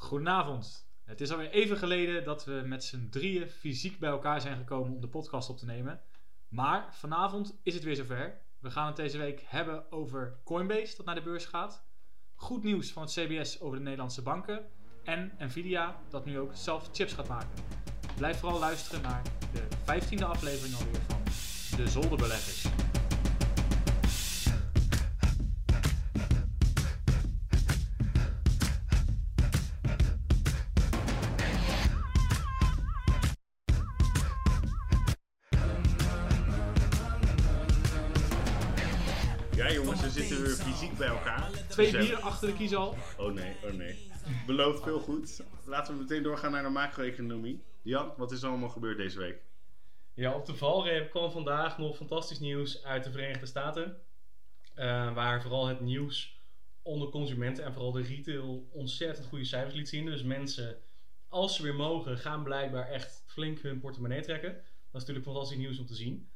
Goedenavond. Het is alweer even geleden dat we met z'n drieën fysiek bij elkaar zijn gekomen om de podcast op te nemen. Maar vanavond is het weer zover. We gaan het deze week hebben over Coinbase dat naar de beurs gaat. Goed nieuws van het CBS over de Nederlandse banken. En Nvidia dat nu ook zelf chips gaat maken. Blijf vooral luisteren naar de 15e aflevering alweer van De Zolderbeleggers. Ja jongens, we zitten weer fysiek bij elkaar. 2 bieren achter de kies al. Oh nee. Belooft veel goed. Laten we meteen doorgaan naar de macro-economie. Jan, wat is er allemaal gebeurd deze week? Ja, op de valreep kwam vandaag nog fantastisch nieuws uit de Verenigde Staten. Waar vooral het nieuws onder consumenten en vooral de retail ontzettend goede cijfers liet zien. Dus mensen, als ze weer mogen, gaan blijkbaar echt flink hun portemonnee trekken. Dat is natuurlijk fantastisch nieuws om te zien.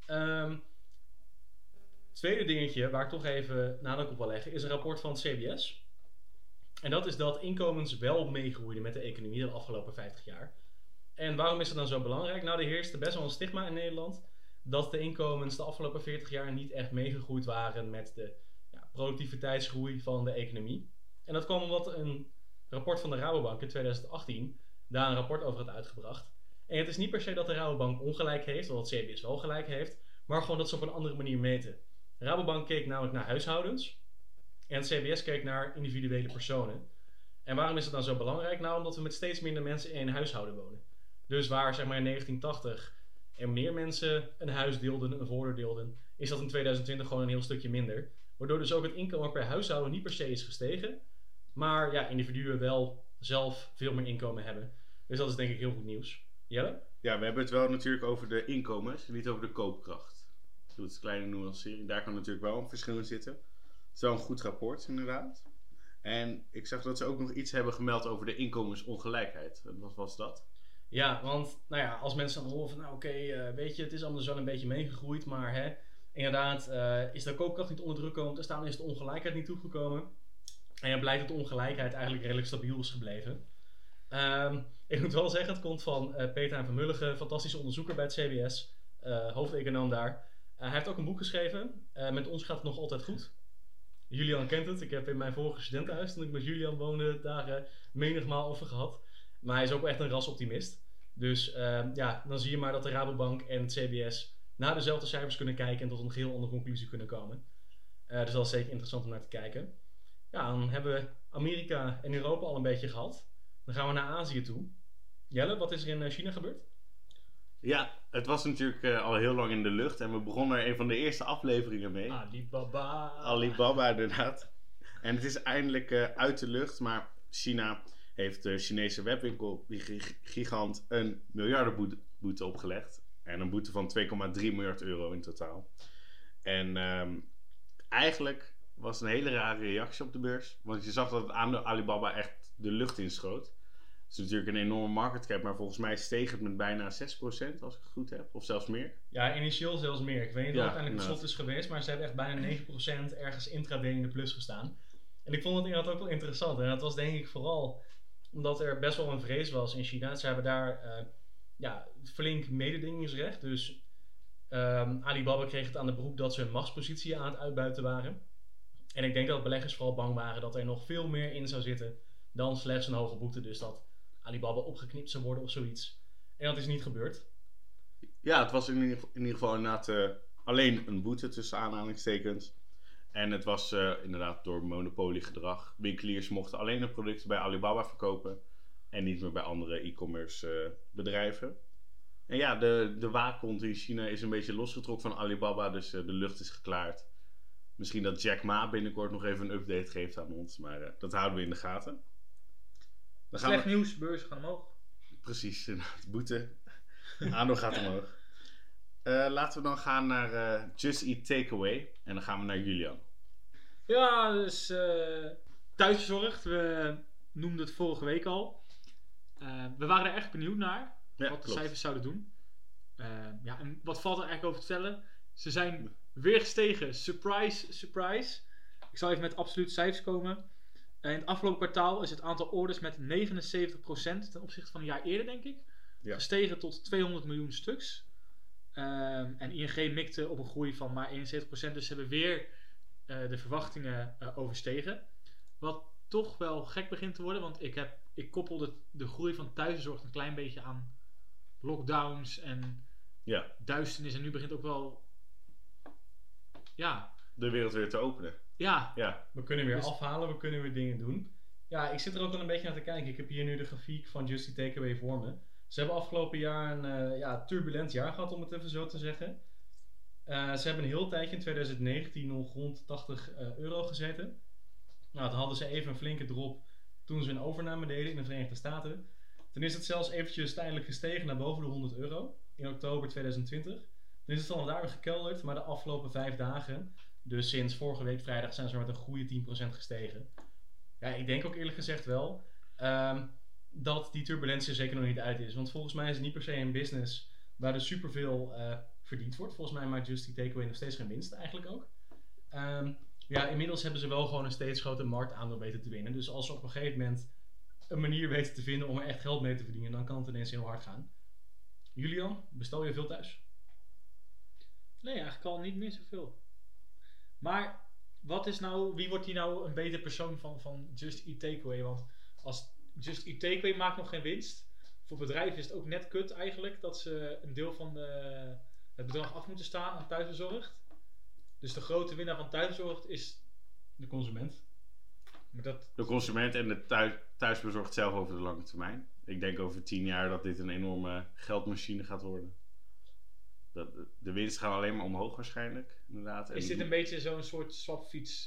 Tweede dingetje waar ik toch even nadruk op wil leggen is een rapport van het CBS. En dat is dat inkomens wel meegroeiden met de economie de afgelopen 50 jaar. En waarom is dat dan zo belangrijk? Nou, er heerste best wel een stigma in Nederland dat de inkomens de afgelopen 40 jaar niet echt meegegroeid waren met de productiviteitsgroei van de economie. En dat kwam omdat een rapport van de Rabobank in 2018 daar een rapport over had uitgebracht. En het is niet per se dat de Rabobank ongelijk heeft, of dat het CBS wel gelijk heeft, maar gewoon dat ze op een andere manier meten. De Rabobank keek namelijk naar huishoudens en het CBS keek naar individuele personen. En waarom is het dan zo belangrijk? Nou, omdat we met steeds minder mensen in een huishouden wonen. Dus waar zeg maar in 1980 er meer mensen een huis deelden, een voordeur deelden, is dat in 2020 gewoon een heel stukje minder. Waardoor dus ook het inkomen per huishouden niet per se is gestegen, maar ja, individuen wel zelf veel meer inkomen hebben. Dus dat is denk ik heel goed nieuws. Jelle? Ja, we hebben het wel natuurlijk over de inkomens, niet over de koopkracht. Doet een kleine nuancering. Daar kan natuurlijk wel een verschil in zitten. Het is wel een goed rapport, inderdaad. En ik zag dat ze ook nog iets hebben gemeld over de inkomensongelijkheid. Wat was dat? Ja, want nou ja, als mensen dan horen van nou oké, weet je, het is allemaal zo een beetje meegegroeid, maar inderdaad is de koopkracht niet onder druk komen te staan, is de ongelijkheid niet toegekomen. En ja, blijkt dat de ongelijkheid eigenlijk redelijk stabiel is gebleven. Ik moet wel zeggen, het komt van Peter Hein van Mulligen, fantastische onderzoeker bij het CBS, hoofdeconoom daar. Hij heeft ook een boek geschreven, Met ons gaat het nog altijd goed. Julian kent het, ik heb in mijn vorige studentenhuis, toen ik met Julian woonde, daar menigmaal over gehad. Maar hij is ook echt een rasoptimist. Dus dan zie je maar dat de Rabobank en het CBS naar dezelfde cijfers kunnen kijken en tot een geheel andere conclusie kunnen komen. Dus dat is zeker interessant om naar te kijken. Ja, dan hebben we Amerika en Europa al een beetje gehad. Dan gaan we naar Azië toe. Jelle, wat is er in China gebeurd? Ja, het was natuurlijk al heel lang in de lucht en we begonnen er een van de eerste afleveringen mee. Alibaba inderdaad. En het is eindelijk uit de lucht, maar China heeft de Chinese webwinkelgigant een miljardenboete opgelegd. En een boete van 2,3 miljard euro in totaal. En eigenlijk was het een hele rare reactie op de beurs. Want je zag dat het aandeel Alibaba echt de lucht inschoot. Het is natuurlijk een enorme market cap, maar volgens mij steeg het met bijna 6% als ik het goed heb. Of zelfs meer. Ja, initieel zelfs meer. Ik weet niet of het uiteindelijk het slot is geweest, maar ze hebben echt bijna 9% ergens intraday in de plus gestaan. En ik vond het inderdaad ook wel interessant. En dat was denk ik vooral omdat er best wel een vrees was in China. Ze hebben daar flink mededingingsrecht. Dus Alibaba kreeg het aan de broek dat ze hun machtspositie aan het uitbuiten waren. En ik denk dat beleggers vooral bang waren dat er nog veel meer in zou zitten dan slechts een hoge boete. Dus dat Alibaba opgeknipt zou worden of zoiets. En dat is niet gebeurd. Ja, het was in ieder geval inderdaad alleen een boete tussen aanhalingstekens. En het was inderdaad door monopoliegedrag. Winkeliers mochten alleen hun producten bij Alibaba verkopen. En niet meer bij andere e-commerce bedrijven. En ja, de waakhond in China is een beetje losgetrokken van Alibaba. Dus de lucht is geklaard. Misschien dat Jack Ma binnenkort nog even een update geeft aan ons. Maar dat houden we in de gaten. Slecht nieuws, beurs gaan omhoog. Precies, boete. Aandeel gaat omhoog. Laten we dan gaan naar Just Eat Takeaway. En dan gaan we naar Julian. Ja, dus thuisbezorgd. We noemden het vorige week al. We waren er echt benieuwd naar. Ja, wat de klopt. cijfers zouden doen. En wat valt er eigenlijk over te vertellen? Ze zijn weer gestegen. Surprise, surprise. Ik zal even met absolute cijfers komen. In het afgelopen kwartaal is het aantal orders met 79% ten opzichte van een jaar eerder, denk ik, gestegen tot 200 miljoen stuks. En ING mikte op een groei van maar 71%, dus ze hebben weer de verwachtingen overstegen. Wat toch wel gek begint te worden, want ik koppel de groei van thuiszorg een klein beetje aan lockdowns en duisternis. En nu begint ook wel de wereld weer te openen. Ja. We kunnen weer afhalen, we kunnen weer dingen doen. Ja, ik zit er ook wel een beetje naar te kijken. Ik heb hier nu de grafiek van Just Eat Takeaway voor me. Ze hebben afgelopen jaar een turbulent jaar gehad, om het even zo te zeggen. Ze hebben een heel tijdje in 2019 nog rond €80 gezeten. Nou, toen hadden ze even een flinke drop toen ze een overname deden in de Verenigde Staten. Toen is het zelfs eventjes tijdelijk gestegen naar boven de €100 in oktober 2020. Toen is het dan daar weer gekelderd, maar de afgelopen 5 dagen, dus sinds vorige week vrijdag, zijn ze met een goede 10% gestegen. Ja, ik denk ook eerlijk gezegd wel dat die turbulentie er zeker nog niet uit is. Want volgens mij is het niet per se een business waar er superveel verdiend wordt. Volgens mij maakt Just Eat Takeaway nog steeds geen winst eigenlijk ook. Inmiddels hebben ze wel gewoon een steeds groter marktaandeel weten te winnen. Dus als ze op een gegeven moment een manier weten te vinden om er echt geld mee te verdienen, dan kan het ineens heel hard gaan. Julian, bestel je veel thuis? Nee, eigenlijk al niet meer zoveel. Maar wie wordt hier nou een betere persoon van Just Eat Takeaway? Want als Just Eat Takeaway maakt nog geen winst. Voor bedrijven is het ook net kut eigenlijk dat ze een deel van het bedrag af moeten staan aan thuisbezorgd. Dus de grote winnaar van thuisbezorgd is de consument. De consument en de thuisbezorgd zelf over de lange termijn. Ik denk over 10 jaar dat dit een enorme geldmachine gaat worden. De winst gaat alleen maar omhoog waarschijnlijk, inderdaad. Is dit een beetje zo'n soort swapfiets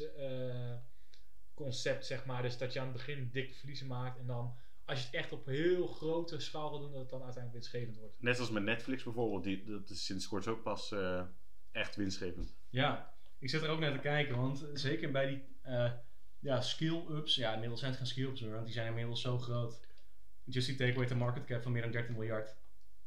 concept, zeg maar? Dus dat je aan het begin dikke verliezen maakt en dan, als je het echt op heel grote schaal wil doen, dat het dan uiteindelijk winstgevend wordt. Net als met Netflix bijvoorbeeld, dat is sinds kort ook pas echt winstgevend. Ja, ik zit er ook naar te kijken, want zeker bij die scale-ups, inmiddels zijn het geen scale-ups meer, want die zijn inmiddels zo groot. Just Eat Takeaway heeft een market cap van meer dan 13 miljard.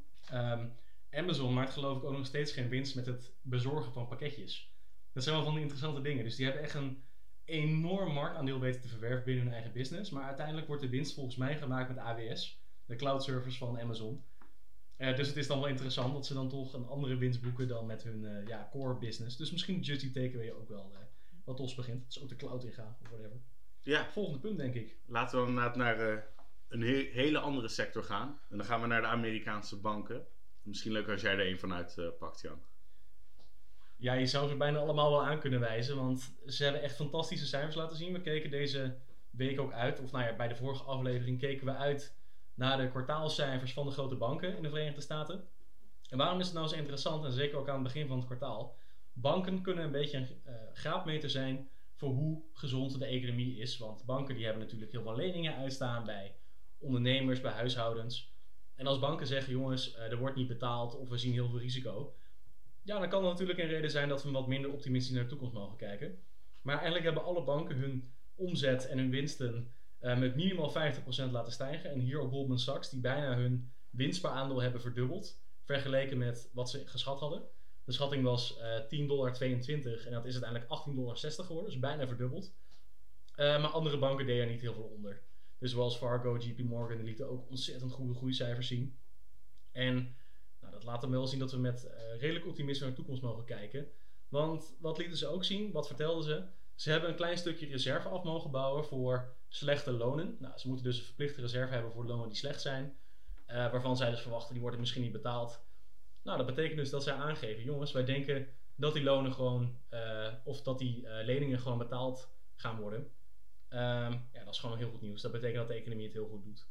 Amazon maakt geloof ik ook nog steeds geen winst met het bezorgen van pakketjes. Dat zijn wel van die interessante dingen. Dus die hebben echt een enorm marktaandeel weten te verwerven binnen hun eigen business. Maar uiteindelijk wordt de winst volgens mij gemaakt met AWS, de cloud service van Amazon. Dus het is dan wel interessant dat ze dan toch een andere winst boeken dan met hun core business. Dus misschien Just Eat Takeaway ook wel wat los begint. Dat ze ook de cloud ingaan of whatever. Ja. Volgende punt denk ik. Laten we dan naar een hele andere sector gaan. En dan gaan we naar de Amerikaanse banken. Misschien leuk als jij er een van uitpakt, Jan. Ja, je zou ze bijna allemaal wel aan kunnen wijzen, want ze hebben echt fantastische cijfers laten zien. We keken deze week ook uit, of bij de vorige aflevering keken we uit naar de kwartaalcijfers van de grote banken in de Verenigde Staten. En waarom is het nou zo interessant, en zeker ook aan het begin van het kwartaal? Banken kunnen een beetje een graadmeter zijn voor hoe gezond de economie is, want banken die hebben natuurlijk heel veel leningen uitstaan bij ondernemers, bij huishoudens. En als banken zeggen, jongens, er wordt niet betaald of we zien heel veel risico. Ja, dan kan er natuurlijk een reden zijn dat we wat minder optimistisch naar de toekomst mogen kijken. Maar eigenlijk hebben alle banken hun omzet en hun winsten met minimaal 50% laten stijgen. En hier op Goldman Sachs, die bijna hun winst per aandeel hebben verdubbeld. Vergeleken met wat ze geschat hadden. De schatting was $10,22 en dat is uiteindelijk $18,60 geworden. Dus bijna verdubbeld. Maar andere banken deden er niet heel veel onder. Dus Wells Fargo, JP Morgan, die lieten ook ontzettend goede groeicijfers zien. En dat laat hem wel zien dat we met redelijk optimisme naar de toekomst mogen kijken. Want wat lieten ze ook zien? Wat vertelden ze? Ze hebben een klein stukje reserve af mogen bouwen voor slechte lonen. Nou, ze moeten dus een verplichte reserve hebben voor lonen die slecht zijn. Waarvan zij dus verwachten, die worden misschien niet betaald. Nou, dat betekent dus dat zij aangeven, jongens, wij denken dat die lonen gewoon, of dat die leningen gewoon betaald gaan worden. Dat is gewoon heel goed nieuws. Dat betekent dat de economie het heel goed doet.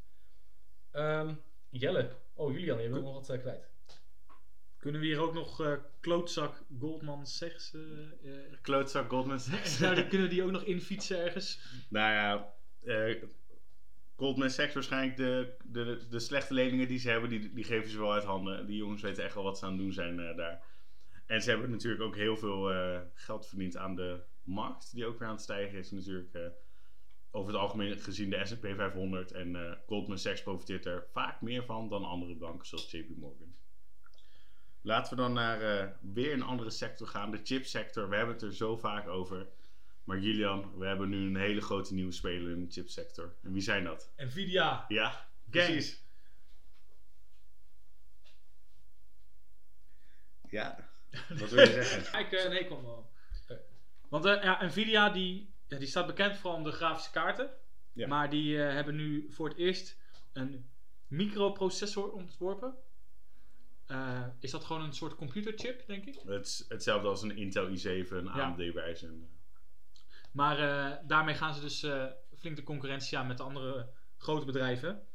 Jelle. Oh, Julian, je wil nog wat kwijt. Kunnen we hier ook nog klootzak Goldman Sachs... klootzak Goldman Sachs? Kunnen we die ook nog infietsen ergens? Nou ja, Goldman Sachs waarschijnlijk de slechte leningen die ze hebben, die geven ze wel uit handen. Die jongens weten echt wel wat ze aan het doen zijn daar. En ze hebben natuurlijk ook heel veel geld verdiend aan de markt, die ook weer aan het stijgen is natuurlijk. Over het algemeen gezien de S&P 500 en Goldman Sachs profiteert er vaak meer van dan andere banken zoals JP Morgan. Laten we dan naar weer een andere sector gaan, de chipsector. We hebben het er zo vaak over. Maar Julian, we hebben nu een hele grote nieuwe speler in de chipsector. En wie zijn dat? Nvidia. Ja, precies. Ja, wat wil je zeggen? Nee, kom wel. Want Nvidia die staat bekend voor de grafische kaarten. Ja. Maar die hebben nu voor het eerst een microprocessor ontworpen. Is dat gewoon een soort computerchip, denk ik? Het is hetzelfde als een Intel i7, een AMD-wijze. Maar daarmee gaan ze dus flink de concurrentie aan met de andere grote bedrijven.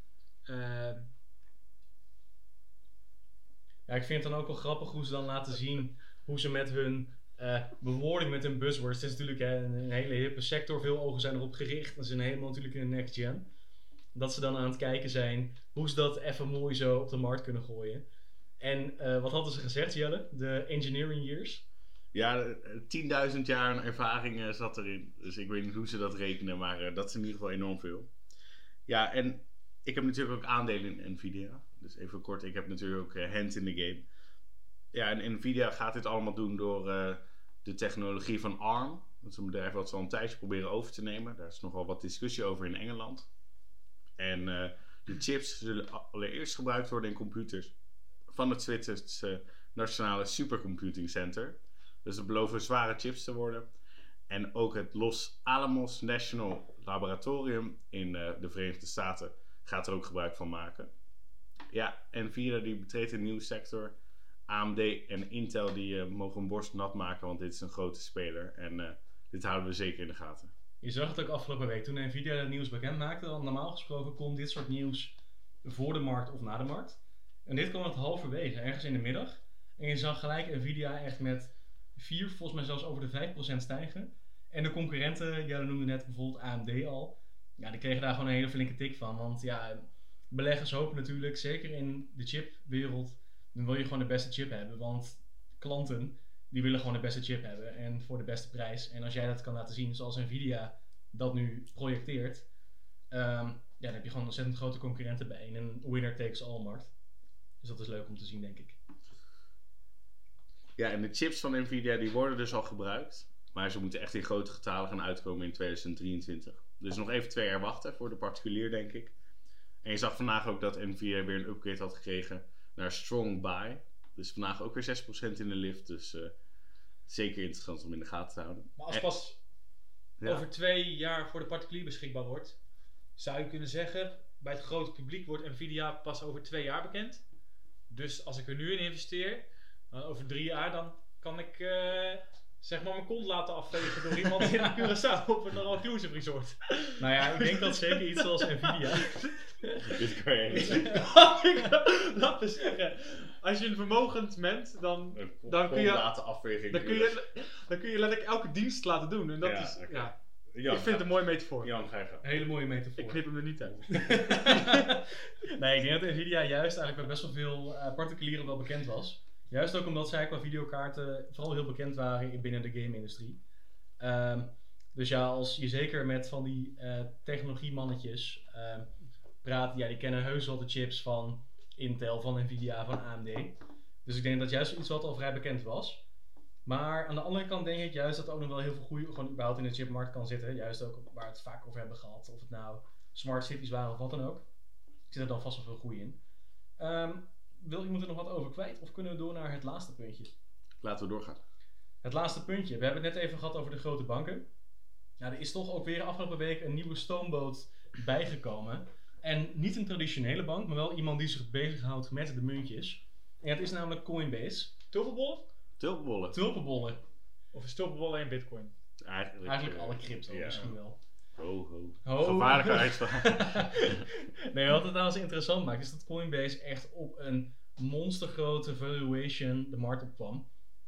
Ja, ik vind het dan ook wel grappig hoe ze dan laten zien hoe ze met hun bewoording, met hun buzzwords. Het is natuurlijk een hele hippe sector, veel ogen zijn erop gericht. Dat is helemaal natuurlijk in de next gen. Dat ze dan aan het kijken zijn hoe ze dat even mooi zo op de markt kunnen gooien. En wat hadden ze gezegd, Jelle? De engineering years? Ja, 10.000 jaar aan ervaring zat erin. Dus ik weet niet hoe ze dat rekenen, maar dat is in ieder geval enorm veel. Ja, en ik heb natuurlijk ook aandelen in Nvidia. Dus even kort, ik heb natuurlijk ook hand in the game. Ja, en Nvidia gaat dit allemaal doen door de technologie van ARM. Dat is een bedrijf wat ze al een tijdje proberen over te nemen. Daar is nogal wat discussie over in Engeland. En de chips zullen allereerst gebruikt worden in computers van het Zwitserse Nationale Supercomputing Center. Dus het beloven zware chips te worden. En ook het Los Alamos National Laboratorium in de Verenigde Staten gaat er ook gebruik van maken. Ja, Nvidia die betreedt een nieuwe sector. AMD en Intel die mogen een borst nat maken, want dit is een grote speler. En dit houden we zeker in de gaten. Je zag het ook afgelopen week toen Nvidia het nieuws bekend maakte. Want normaal gesproken komt dit soort nieuws voor de markt of na de markt. En dit kwam het halverwege, ergens in de middag. En je zag gelijk Nvidia echt met 4, volgens mij zelfs over de 5% stijgen. En de concurrenten, Jelle noemde net bijvoorbeeld AMD al. Ja, die kregen daar gewoon een hele flinke tik van. Want ja, beleggers hopen natuurlijk, zeker in de chipwereld, dan wil je gewoon de beste chip hebben. Want klanten, die willen gewoon de beste chip hebben. En voor de beste prijs. En als jij dat kan laten zien, zoals Nvidia dat nu projecteert. Dan heb je gewoon ontzettend grote concurrenten bij. In een winner takes all markt. Dus dat is leuk om te zien, denk ik. Ja, en de chips van Nvidia die worden dus al gebruikt. Maar ze moeten echt in grote getalen gaan uitkomen in 2023. Dus nog even 2 jaar wachten voor de particulier, denk ik. En je zag vandaag ook dat Nvidia weer een upgrade had gekregen naar Strong Buy. Dus vandaag ook weer 6% in de lift. Dus zeker interessant om in de gaten te houden. Maar als pas over 2 jaar voor de particulier beschikbaar wordt, zou je kunnen zeggen, bij het grote publiek wordt Nvidia pas over 2 jaar bekend. Dus als ik er nu in investeer, over 3 jaar, dan kan ik zeg maar mijn kont laten afvegen door iemand in een Curaçao op een all-inclusive resort. Nou ja, ik denk dat zeker iets zoals Nvidia. Dit kan je niet. Laten we zeggen, als je een vermogend bent, dan kun je laten afvegen. Dan kun je letterlijk elke dienst laten doen. En dat is, okay. Jan, ik vind het een mooie metafoor. Jan, ga je gaan. Een hele mooie metafoor. Ik knip hem er niet uit. Nee, ik denk dat Nvidia juist eigenlijk bij best wel veel particulieren wel bekend was. Juist ook omdat zij qua videokaarten vooral heel bekend waren binnen de game-industrie. Dus ja, als je zeker met van die technologiemannetjes praat, ja, die kennen heus wel de chips van Intel, van Nvidia, van AMD. Dus ik denk dat juist iets wat al vrij bekend was. Maar aan de andere kant denk ik juist dat er ook nog wel heel veel groei gewoon überhaupt in de chipmarkt kan zitten. Juist ook waar we het vaak over hebben gehad. Of het nou smart cities waren of wat dan ook. Ik zit er dan vast wel veel groei in. Wil iemand er nog wat over kwijt? Of kunnen we door naar het laatste puntje? Laten we doorgaan. Het laatste puntje. We hebben het net even gehad over de grote banken. Nou, er is toch ook weer afgelopen week een nieuwe stoomboot bijgekomen. En niet een traditionele bank, maar wel iemand die zich bezighoudt met de muntjes. En het is namelijk Coinbase. Tulpenbollen? Tulpenbollen. Of is tulpenbollen en bitcoin? Eigenlijk alle crypto misschien wel. Ho. Gevaarlijke uitspraak. Nee, wat het nou zo interessant maakt, is dat Coinbase echt op een monstergrote valuation de markt op kwam.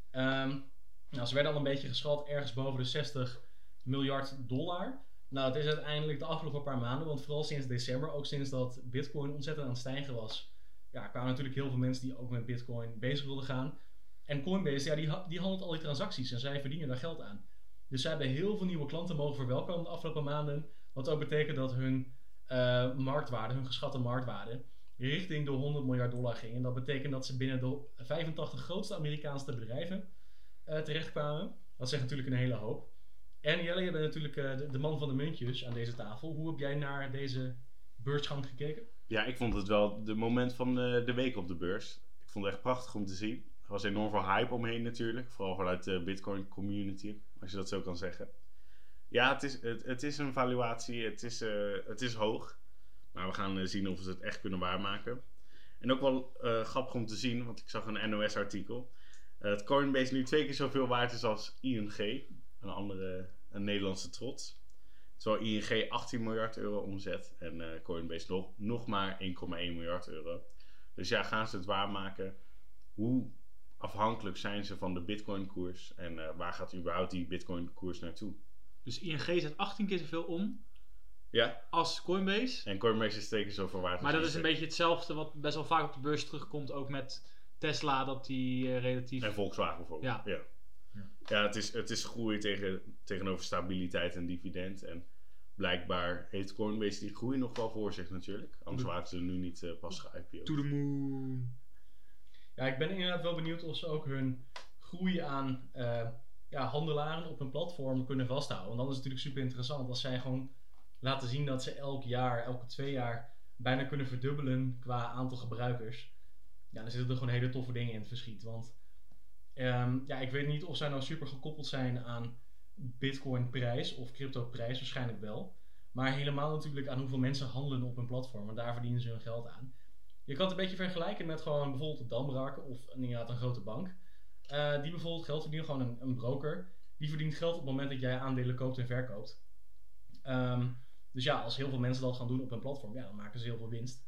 Nou, ze werden al een beetje geschat ergens boven de $60 miljard. Nou, het is uiteindelijk de afgelopen paar maanden, want vooral sinds december, ook sinds dat Bitcoin ontzettend aan het stijgen was, ja, kwamen natuurlijk heel veel mensen die ook met Bitcoin bezig wilden gaan. En Coinbase, ja, die handelt al die transacties en zij verdienen daar geld aan. Dus zij hebben heel veel nieuwe klanten mogen verwelkomen de afgelopen maanden. Wat ook betekent dat hun marktwaarde, hun geschatte marktwaarde, richting de $100 miljard ging. En dat betekent dat ze binnen de 85 grootste Amerikaanse bedrijven terechtkwamen. Dat zegt natuurlijk een hele hoop. En Jelle, je bent natuurlijk de man van de muntjes aan deze tafel. Hoe heb jij naar deze beursgang gekeken? Ja, ik vond het wel de moment van de week op de beurs. Ik vond het echt prachtig om te zien. Er was enorm veel hype omheen natuurlijk. Vooral vanuit de Bitcoin community, als je dat zo kan zeggen. Ja, het is een valuatie. Het is hoog. Maar we gaan zien of we het echt kunnen waarmaken. En ook wel grappig om te zien, want ik zag een NOS-artikel. Dat Coinbase nu 2 keer zoveel waard is als ING. Een Nederlandse trots. Terwijl ING 18 miljard euro omzet. En Coinbase nog maar 1,1 miljard euro. Dus ja, gaan ze het waarmaken? Hoe afhankelijk zijn ze van de Bitcoin koers? En waar gaat überhaupt die Bitcoin koers naartoe? Dus ING zet 18 keer zoveel om Ja. als Coinbase. En Coinbase is 2 keer zoveel waard. Maar dat is een beetje hetzelfde wat best wel vaak op de beurs terugkomt. Ook met Tesla, dat die relatief... En Volkswagen bijvoorbeeld. Ja, het is groei tegenover stabiliteit en dividend. En blijkbaar heeft Coinbase die groei nog wel voor zich natuurlijk. Anders waren ze nu niet pas ge-IPO'd. To the moon. Ja, ik ben inderdaad wel benieuwd of ze ook hun groei aan handelaren op hun platform kunnen vasthouden. Want dan is het natuurlijk super interessant als zij gewoon laten zien dat ze elke 2 jaar bijna kunnen verdubbelen qua aantal gebruikers. Ja, dan zitten er gewoon hele toffe dingen in het verschiet. Want ik weet niet of zij nou super gekoppeld zijn aan Bitcoin prijs of crypto prijs, waarschijnlijk wel. Maar helemaal natuurlijk aan hoeveel mensen handelen op hun platform. En daar verdienen ze hun geld aan. Je kan het een beetje vergelijken met gewoon bijvoorbeeld een Damrak of inderdaad een grote bank. Die bijvoorbeeld geld verdienen, gewoon een broker. Die verdient geld op het moment dat jij aandelen koopt en verkoopt. Dus ja, als heel veel mensen dat gaan doen op hun platform, ja, dan maken ze heel veel winst.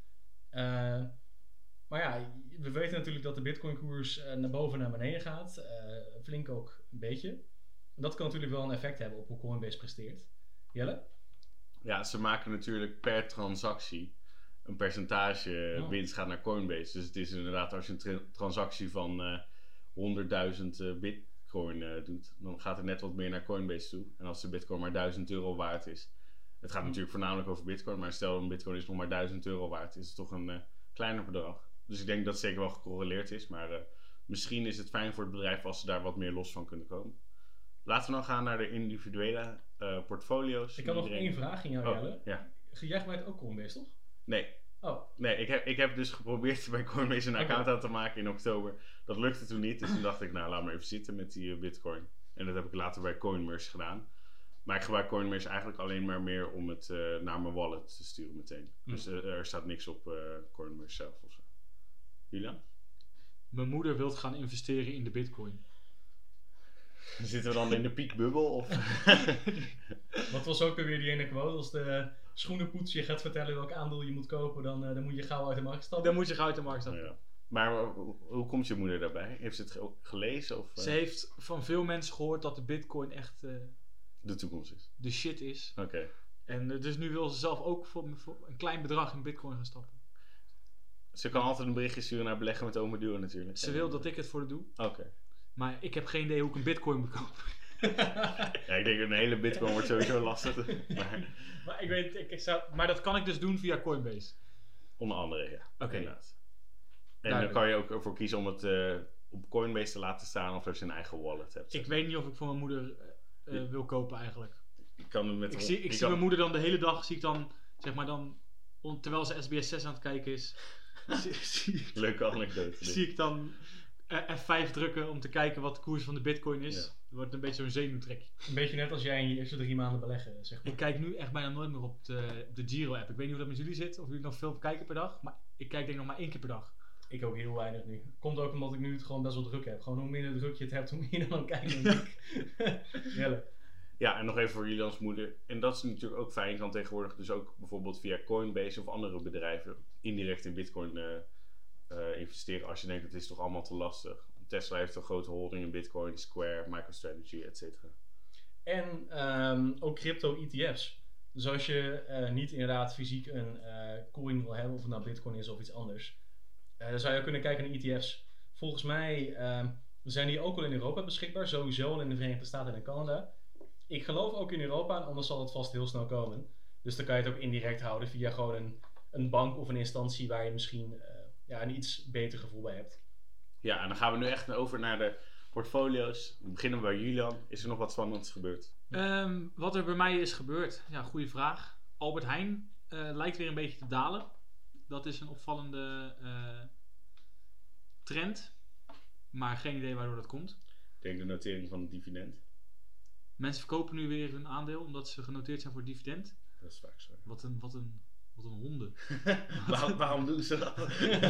Maar ja, we weten natuurlijk dat de Bitcoin koers naar boven en naar beneden gaat. Flink ook een beetje. En dat kan natuurlijk wel een effect hebben op hoe Coinbase presteert. Jelle? Ja, ze maken natuurlijk per transactie een percentage winst gaat naar Coinbase. Dus het is inderdaad, als je een transactie van 100.000 bitcoin doet, dan gaat er net wat meer naar Coinbase toe. En als de bitcoin maar 1000 euro waard is. Het gaat natuurlijk voornamelijk over bitcoin, maar stel een bitcoin is nog maar 1000 euro waard, is het toch een kleiner bedrag. Dus ik denk dat het zeker wel gecorreleerd is, maar misschien is het fijn voor het bedrijf als ze daar wat meer los van kunnen komen. Laten we dan gaan naar de individuele portfolio's. Ik had nog 1 vraag in jou, Jelle. Ja. Jij gebruikt ook Coinbase, toch? Nee. Oh. Nee, ik heb dus geprobeerd bij Coinbase een account aan te maken in oktober. Dat lukte toen niet, dus toen dacht ik, nou laat maar even zitten met die bitcoin. En dat heb ik later bij Coinmerce gedaan. Maar ik gebruik Coinmerce eigenlijk alleen maar meer om het naar mijn wallet te sturen meteen. Dus er staat niks op Coinmerce zelf of zo. Julian? Mijn moeder wil gaan investeren in de bitcoin. Zitten we dan in de piekbubbel? Of? Wat was ook weer die ene quote? Als de schoenenpoets je gaat vertellen welk aandeel je moet kopen, dan moet je gauw uit de markt stappen. Dan moet je gauw uit de markt stappen. Ja. Maar hoe komt je moeder daarbij? Heeft ze het gelezen? Of, Ze heeft van veel mensen gehoord dat de bitcoin echt de toekomst is. De shit is. Oké. En dus nu wil ze zelf ook voor een klein bedrag in bitcoin gaan stappen. Ze kan altijd een berichtje sturen naar beleggen met Ome Duo natuurlijk. Ze wil dat ik het voor haar doe. Oké. Maar ik heb geen idee hoe ik een bitcoin moet kopen. Ja, ik denk dat een hele bitcoin wordt sowieso lastig. Maar dat kan ik dus doen via Coinbase. Onder andere, ja. Oké. En dan kan je ook ervoor kiezen om het op Coinbase te laten staan of dat je een eigen wallet hebt. Ik weet niet of ik voor mijn moeder wil kopen eigenlijk. Ik zie mijn moeder dan de hele dag, zie ik dan, zeg maar dan, terwijl ze SBS 6 aan het kijken is. Leuke anekdote. Zie ik dan F5 drukken om te kijken wat de koers van de bitcoin is. Ja. Dat wordt een beetje zo'n zenuwtrekje. Een beetje net als jij in je eerste 3 maanden beleggen, zeg maar. Ik kijk nu echt bijna nooit meer op de Giro-app. Ik weet niet hoe dat met jullie zit, of jullie nog veel kijken per dag. Maar ik kijk denk ik nog maar 1 keer per dag. Ik ook heel weinig nu. Komt ook omdat ik nu het gewoon best wel druk heb. Gewoon hoe minder druk je het hebt, hoe meer dan kijken dan ik. Jelle. Ja, en nog even voor jullie als moeder. En dat is natuurlijk ook fijn. Je kan tegenwoordig dus ook bijvoorbeeld via Coinbase of andere bedrijven indirect in bitcoin investeren. Als je denkt, het is toch allemaal te lastig. Tesla heeft een grote holding in bitcoin, Square, MicroStrategy, etc. En ook crypto-ETF's. Dus als je niet inderdaad fysiek een coin wil hebben, of het nou bitcoin is of iets anders, dan zou je kunnen kijken naar ETF's. Volgens mij zijn die ook al in Europa beschikbaar, sowieso al in de Verenigde Staten en in Canada. Ik geloof ook in Europa, en anders zal het vast heel snel komen. Dus dan kan je het ook indirect houden via gewoon een bank of een instantie waar je misschien een iets beter gevoel bij hebt. Ja, en dan gaan we nu echt over naar de portfolio's. Dan beginnen we bij Julian. Is er nog wat spannends gebeurd? Wat er bij mij is gebeurd? Ja, goede vraag. Albert Heijn lijkt weer een beetje te dalen. Dat is een opvallende trend. Maar geen idee waardoor dat komt. Ik denk de notering van het dividend. Mensen verkopen nu weer hun aandeel omdat ze genoteerd zijn voor dividend. Dat is vaak zo. Wat een honden. Waarom doen ze dat?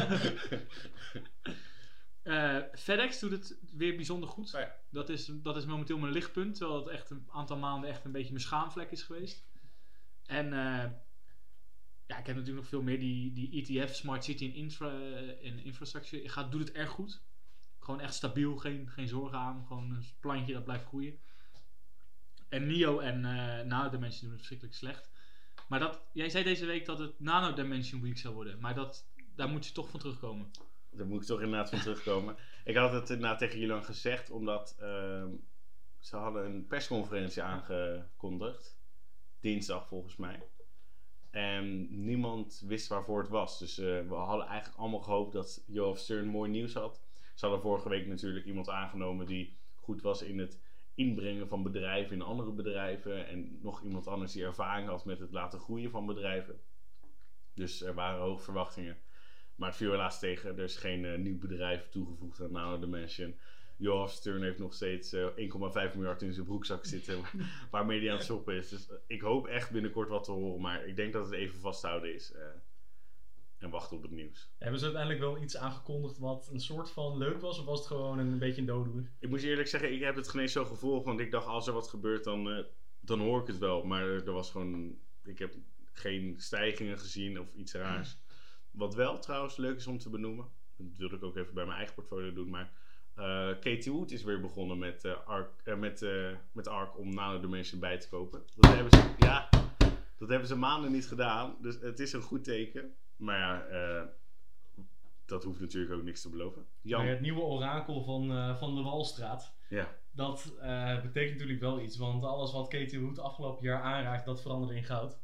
FedEx doet het weer bijzonder goed. Oh ja. Dat is momenteel mijn lichtpunt. Terwijl het echt een aantal maanden echt een beetje mijn schaamvlek is geweest. En ik heb natuurlijk nog veel meer. Die ETF, Smart City en Infrastructure. Doet het erg goed. Gewoon echt stabiel. Geen zorgen aan. Gewoon een plantje dat blijft groeien. En NIO en Nano Dimension doen het verschrikkelijk slecht. Maar jij zei deze week dat het Nano Dimension week zou worden. Maar daar moet je toch van terugkomen. Daar moet ik toch inderdaad van terugkomen. Ik had het inderdaad tegen jullie gezegd. Omdat ze hadden een persconferentie aangekondigd. Dinsdag volgens mij. En niemand wist waarvoor het was. Dus we hadden eigenlijk allemaal gehoopt dat Johan Stern mooi nieuws had. Ze hadden vorige week natuurlijk iemand aangenomen die goed was in het inbrengen van bedrijven in andere bedrijven. En nog iemand anders die ervaring had met het laten groeien van bedrijven. Dus er waren hoge verwachtingen. Maar het viel helaas tegen. Er is geen nieuw bedrijf toegevoegd aan Nano Dimension. Johan Stern heeft nog steeds 1,5 miljard in zijn broekzak zitten. Waarmee hij aan het shoppen is. Dus ik hoop echt binnenkort wat te horen. Maar ik denk dat het even vasthouden is. En wachten op het nieuws. Hebben ze uiteindelijk wel iets aangekondigd wat een soort van leuk was? Of was het gewoon een beetje een dooddoener? Ik moet je eerlijk zeggen, ik heb het geen eens zo gevolgd. Want ik dacht, als er wat gebeurt, dan hoor ik het wel. Maar er was gewoon... Ik heb geen stijgingen gezien of iets raars. Wat wel trouwens leuk is om te benoemen. Dat wil ik ook even bij mijn eigen portfolio doen. Maar Katie Wood is weer begonnen met ARK om Nano Dimension bij te kopen. Dat hebben ze maanden niet gedaan. Dus het is een goed teken. Maar ja, dat hoeft natuurlijk ook niks te beloven. Jan. Maar het nieuwe orakel van de Walstraat. Ja. Dat betekent natuurlijk wel iets. Want alles wat Katie Wood afgelopen jaar aanraakt, dat veranderde in goud.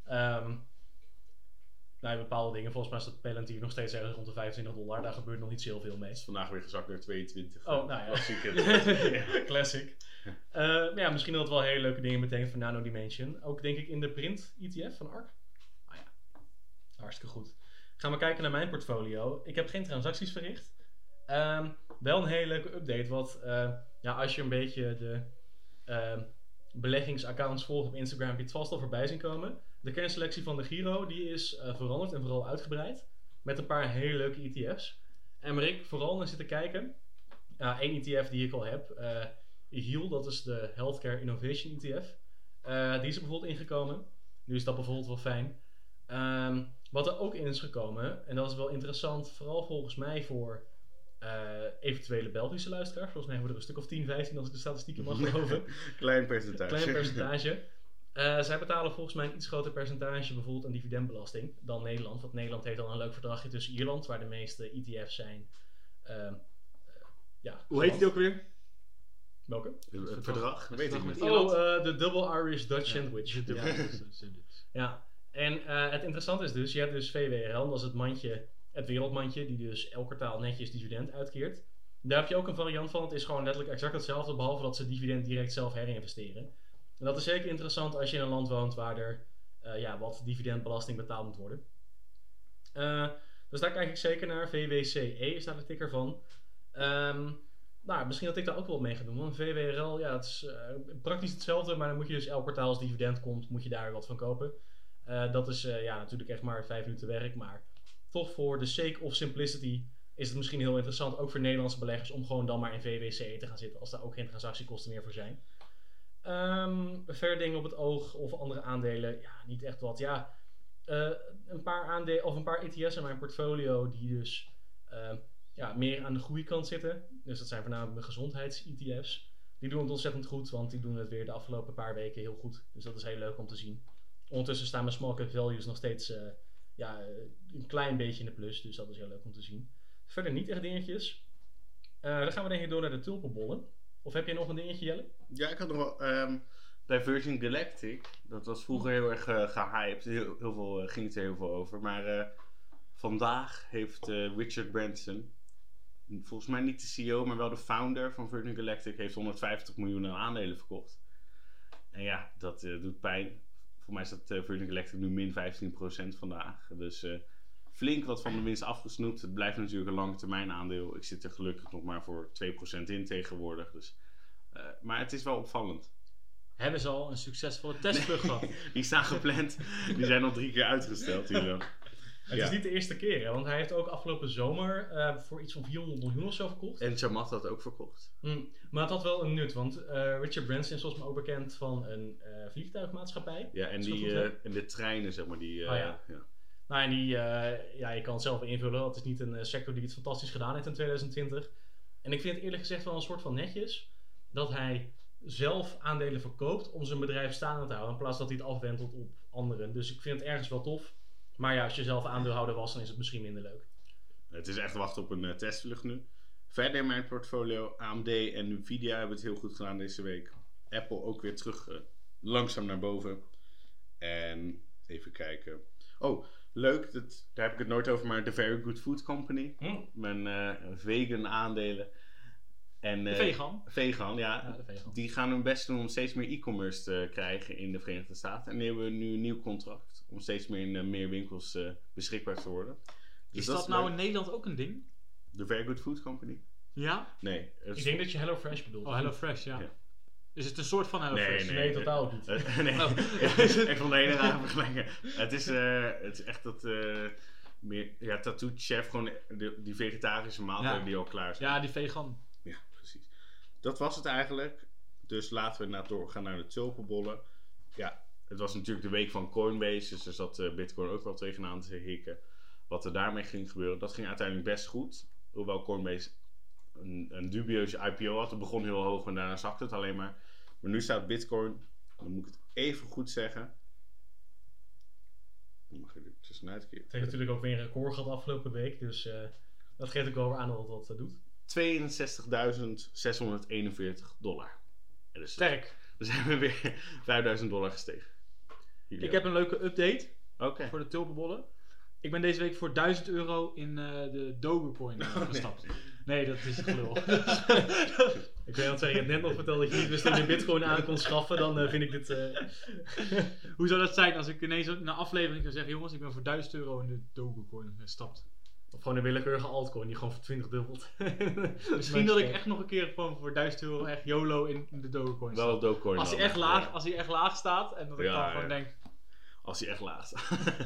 Bepaalde dingen. Volgens mij staat Palantir nog steeds ergens rond de $25. Daar gebeurt nog niet zo heel veel mee. Het is vandaag weer gezakt naar 22. Oh, nou ja. Classic. Misschien dat het wel hele leuke dingen betekent voor Nano Dimension. Ook denk ik in de print ETF van ARK. Hartstikke goed. Gaan we kijken naar mijn portfolio. Ik heb geen transacties verricht. Wel een hele leuke update. Wat als je een beetje de beleggingsaccounts volgt op Instagram, heb je het vast al voorbij zien komen. De kernselectie van de Giro die is veranderd en vooral uitgebreid. Met een paar hele leuke ETF's. En waar ik vooral naar zit te kijken. Één ETF die ik al heb. HEAL, dat is de Healthcare Innovation ETF. Die is er bijvoorbeeld ingekomen. Nu is dat bijvoorbeeld wel fijn. Wat er ook in is gekomen, en dat is wel interessant, vooral volgens mij voor eventuele Belgische luisteraars. Volgens mij hebben we er een stuk of 10, 15 als ik de statistieken mag geloven. Klein percentage. Zij betalen volgens mij een iets groter percentage bijvoorbeeld aan dividendbelasting dan Nederland. Want Nederland heeft dan een leuk verdragje tussen Ierland, waar de meeste ETF's zijn. Hoe heet die ook weer? Welke? Het verdrag? Weet ik niet. De Double Irish Dutch Sandwich. Ja. En het interessante is dus, je hebt dus VWRL, dat is het mandje, het wereldmandje, die dus elk kwartaal netjes dividend uitkeert. Daar heb je ook een variant van, het is gewoon letterlijk exact hetzelfde, behalve dat ze dividend direct zelf herinvesteren. En dat is zeker interessant als je in een land woont waar er wat dividendbelasting betaald moet worden. Dus daar kijk ik zeker naar. VWCE is daar de ticker van. Misschien dat ik daar ook wel mee ga doen. Want VWRL, het is praktisch hetzelfde, maar dan moet je dus elk kwartaal als dividend komt, moet je daar wat van kopen. Dat is natuurlijk echt maar 5 minuten werk, maar toch voor de sake of simplicity is het misschien heel interessant, ook voor Nederlandse beleggers, om gewoon dan maar in VWCE te gaan zitten, als daar ook geen transactiekosten meer voor zijn. Verder dingen op het oog of andere aandelen, niet echt wat. Een paar aandelen of een paar ETF's in mijn portfolio die dus meer aan de groeikant zitten. Dus dat zijn voornamelijk de gezondheids-ETF's. Die doen het ontzettend goed, want die doen het weer de afgelopen paar weken heel goed. Dus dat is heel leuk om te zien. Ondertussen staan mijn small cap values nog steeds een klein beetje in de plus. Dus dat is heel leuk om te zien. Verder niet echt dingetjes. Dan gaan we denk ik door naar de tulpenbollen. Of heb jij nog een dingetje, Jelle? Ja, ik had nog wel... bij Virgin Galactic, dat was vroeger heel erg gehyped. Ging het er heel veel over. Maar vandaag heeft Richard Branson, volgens mij niet de CEO, maar wel de founder van Virgin Galactic, heeft 150 miljoen aan aandelen verkocht. En ja, dat doet pijn. Voor mij staat Virgin Galactic nu min 15% vandaag. Dus flink wat van de winst afgesnoept. Het blijft natuurlijk een lange termijn aandeel. Ik zit er gelukkig nog maar voor 2% in tegenwoordig. Dus, maar het is wel opvallend. Hebben ze al een succesvolle testvlucht gehad? Die staan gepland. Die zijn al 3 keer uitgesteld. Het is niet de eerste keer, hè? Want hij heeft ook afgelopen zomer voor iets van 400 miljoen of zo verkocht. En Zermatt had ook verkocht. Maar het had wel een nut, want Richard Branson is volgens mij ook bekend van een vliegtuigmaatschappij. Ja, en, en de treinen, zeg maar. Ja. Nou, en die, je kan het zelf invullen. Het is niet een sector die het fantastisch gedaan heeft in 2020. En ik vind het eerlijk gezegd wel een soort van netjes dat hij zelf aandelen verkoopt om zijn bedrijf staande te houden, in plaats dat hij het afwentelt op anderen. Dus ik vind het ergens wel tof. Maar ja, als je zelf aandeelhouder was, dan is het misschien minder leuk. Het is echt wachten op een testvlucht nu. Verder in mijn portfolio, AMD en Nvidia hebben het heel goed gedaan deze week. Apple ook weer terug langzaam naar boven. En even kijken. Oh, leuk, daar heb ik het nooit over, maar The Very Good Food Company. Mijn vegan aandelen. En, vegan? Vegan, ja. De vegan. Die gaan hun best doen om steeds meer e-commerce te krijgen in de Verenigde Staten. En die hebben nu een nieuw contract om steeds meer in meer winkels beschikbaar te worden. Dus is dat nou in Nederland ook een ding? The Very Good Food Company? Ja? Nee. Ik denk dat je HelloFresh bedoelt. Oh, HelloFresh, ja. Is het een soort van HelloFresh? Nee, totaal niet. Nee. Oh. Ik vond de hele rare vergelijking. Het is echt dat meer tattoo chef, gewoon die vegetarische maaltijden die al klaar zijn. Ja, die vegan. Ja, precies. Dat was het eigenlijk. Dus laten we doorgaan naar de tulpenbollen. Ja, het was natuurlijk de week van Coinbase, dus er zat Bitcoin ook wel tegenaan te hikken. Wat er daarmee ging gebeuren, dat ging uiteindelijk best goed. Hoewel Coinbase een dubieuze IPO had. Het begon heel hoog en daarna zakte het alleen maar. Maar nu staat Bitcoin, dan moet ik het even goed zeggen. Dan mag je er tussenuit keren. Het heeft natuurlijk ook weer een record gehad afgelopen week, dus dat geeft ook wel weer aan wat het doet. $62.641. Dus sterk. Dan zijn we weer $5.000 gestegen. Ik heb een leuke update voor de tulpenbollen. Ik ben deze week voor €1000 in de Dogecoin gestapt. Nee, dat is gelul. Ik weet dat je het net nog vertelde dat je niet wist dat je Bitcoin aan kon schaffen, dan vind ik dit... Hoe zou dat zijn als ik ineens na aflevering kan zeggen, jongens, ik ben voor €1000 in de Dogecoin gestapt. Of gewoon een willekeurige altcoin die gewoon voor 20 dubbelt. Misschien dat ik echt nog een keer gewoon voor €1000 echt YOLO in de Dogecoin stap. Wel Dogecoin. Als hij echt laag staat en dat ik dan gewoon denk... Als hij echt laag staat.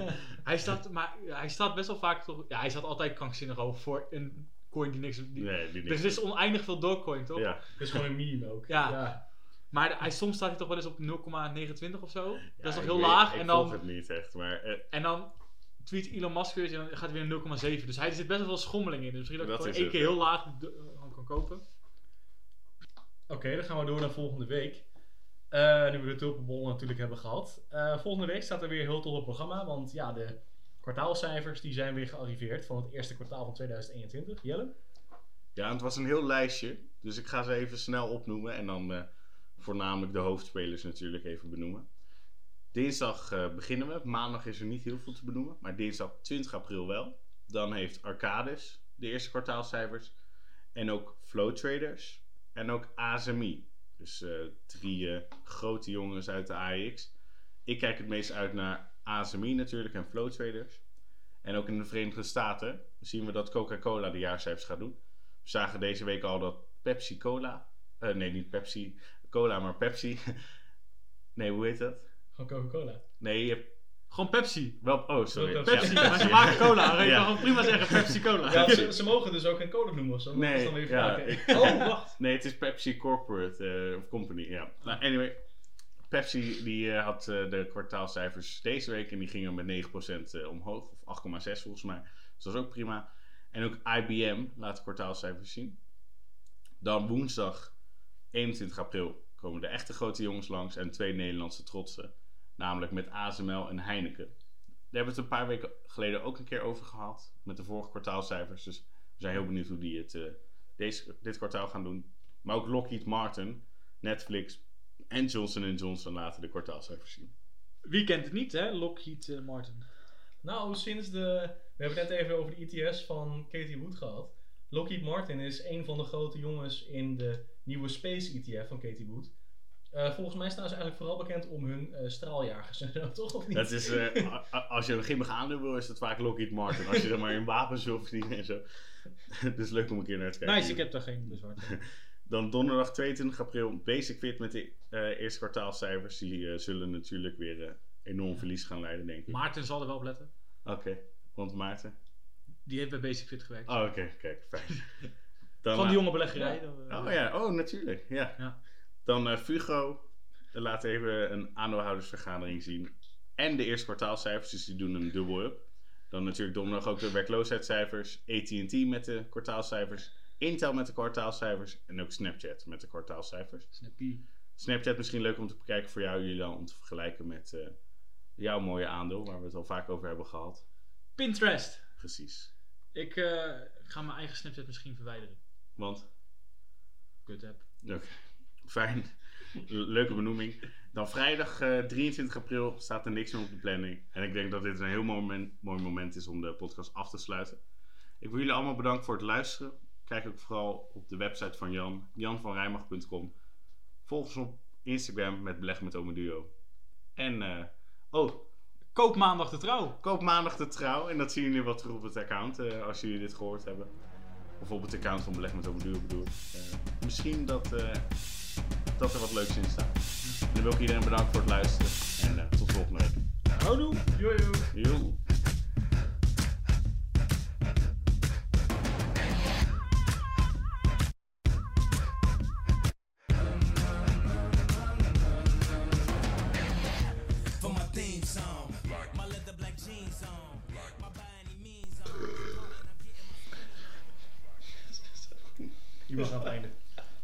hij staat best wel vaak toch... Ja, hij staat altijd krankzinnig hoog voor een coin die niks... Er is oneindig veel Dogecoin, toch? Ja. Dat is gewoon een meme ook. Ja. Maar soms staat hij toch wel eens op 0,29 of zo. Dat is nog heel laag. Ik volg het niet echt, maar... En dan tweet Elon Musk weer en dan gaat hij weer 0,7. Dus hij zit best wel veel schommeling in. Dus misschien dat ik gewoon 1 keer heel laag kan kopen. Oké, dan gaan we door naar volgende week. Nu we de tulpenbollen natuurlijk hebben gehad. Volgende week staat er weer een heel tof programma. Want ja, de kwartaalcijfers die zijn weer gearriveerd van het eerste kwartaal van 2021. Jelle? Ja, het was een heel lijstje. Dus ik ga ze even snel opnoemen. En dan voornamelijk de hoofdspelers natuurlijk even benoemen. Dinsdag beginnen we. Maandag is er niet heel veel te benoemen. Maar dinsdag 20 april wel. Dan heeft Arcadis de eerste kwartaalcijfers. En ook Flow Traders. En ook ASMI. Dus 3 grote jongens uit de AEX. Ik kijk het meest uit naar ASMI natuurlijk en Flow Traders. En ook in de Verenigde Staten zien we dat Coca-Cola de jaarcijfers gaat doen. We zagen deze week al dat Pepsi Cola... nee, niet Pepsi Cola, maar Pepsi. Nee, hoe heet dat? Gewoon Coca-Cola. Nee, je hebt... Gewoon Pepsi. Oh, sorry. Pepsi, maar ze maken cola. Je kan gewoon prima zeggen Pepsi Cola. Ja, ze mogen dus ook geen cola noemen of zo. Nee, dan weer wacht. Nee, het is Pepsi Corporate of Company, ja. Nou, anyway. Pepsi die had de kwartaalcijfers deze week en die gingen met 9% omhoog. Of 8,6 volgens mij. Dus dat is ook prima. En ook IBM laat de kwartaalcijfers zien. Dan woensdag 21 april komen de echte grote jongens langs en 2 Nederlandse trotsen. Namelijk met ASML en Heineken. Daar hebben we het een paar weken geleden ook een keer over gehad. Met de vorige kwartaalcijfers. Dus we zijn heel benieuwd hoe die het dit kwartaal gaan doen. Maar ook Lockheed Martin, Netflix en Johnson & Johnson laten de kwartaalcijfers zien. Wie kent het niet, hè? Lockheed Martin. Nou, we hebben het net even over de ETS van Katie Wood gehad. Lockheed Martin is een van de grote jongens in de nieuwe Space ETF van Katie Wood. Volgens mij staan ze eigenlijk vooral bekend om hun straaljagers en zo, toch? Of niet? Dat is, als je een grimmig aandeel wil, is dat vaak Lockheed Martin. Als je er maar in wapens wil verdienen en zo. Dus leuk om een keer naar te kijken. Nice, ik heb daar geen bezwaar tegen. Dan donderdag 22 april Basic Fit met de eerste kwartaalcijfers. Die zullen natuurlijk weer enorm verlies gaan leiden, denk ik. Maarten zal er wel op letten. Oké, want Maarten? Die heeft bij Basic Fit gewerkt. Oh, oké, kijk, fijn. Dan, van die jonge beleggerij. Natuurlijk, ja. Dan Fugro laat even een aandeelhoudersvergadering zien. En de eerste kwartaalcijfers, dus die doen een dubbel up. Dan natuurlijk donderdag ook de werkloosheidscijfers. AT&T met de kwartaalcijfers. Intel met de kwartaalcijfers. En ook Snapchat met de kwartaalcijfers. Snapchat misschien leuk om te bekijken voor jou, Julian. Om te vergelijken met jouw mooie aandeel, waar we het al vaak over hebben gehad. Pinterest. Precies. Ik ga mijn eigen Snapchat misschien verwijderen. Want? Kut app. Oké. Fijn. Leuke benoeming. Dan vrijdag 23 april staat er niks meer op de planning. En ik denk dat dit een heel mooi moment is om de podcast af te sluiten. Ik wil jullie allemaal bedanken voor het luisteren. Kijk ook vooral op de website van Jan, janvanrijmach.com. Volg ons op Instagram met Beleggen met Ome Duo. En, koop maandag de trouw. Koop maandag de trouw. En dat zien jullie wel terug op het account, als jullie dit gehoord hebben. Of op het account van Beleggen met Ome Duo bedoel. Misschien dat er wat leuks in staat. En dan wil ik iedereen bedanken voor het luisteren. En tot volgende week. Houdoe. Yo. Je mag aan het einde.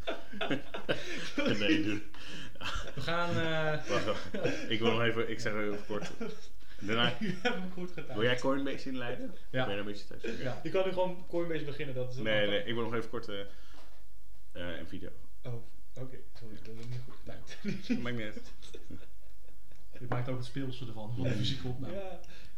Nee, doe. We gaan... Ik wil nog even... Ik zeg even kort. Daarna... Je hebt hem goed gedaan. Wil jij Coinbase inleiden? Ja. Ben je er een beetje thuis? Ja. Je kan nu gewoon Coinbase beginnen. Dat is nee. Ik wil nog even kort een video. Oh, oké. Sorry. Dat is niet goed gedaan. Maakt niet uit. Je maakt ook het speelsel ervan. Van de fysieke opname. Ja.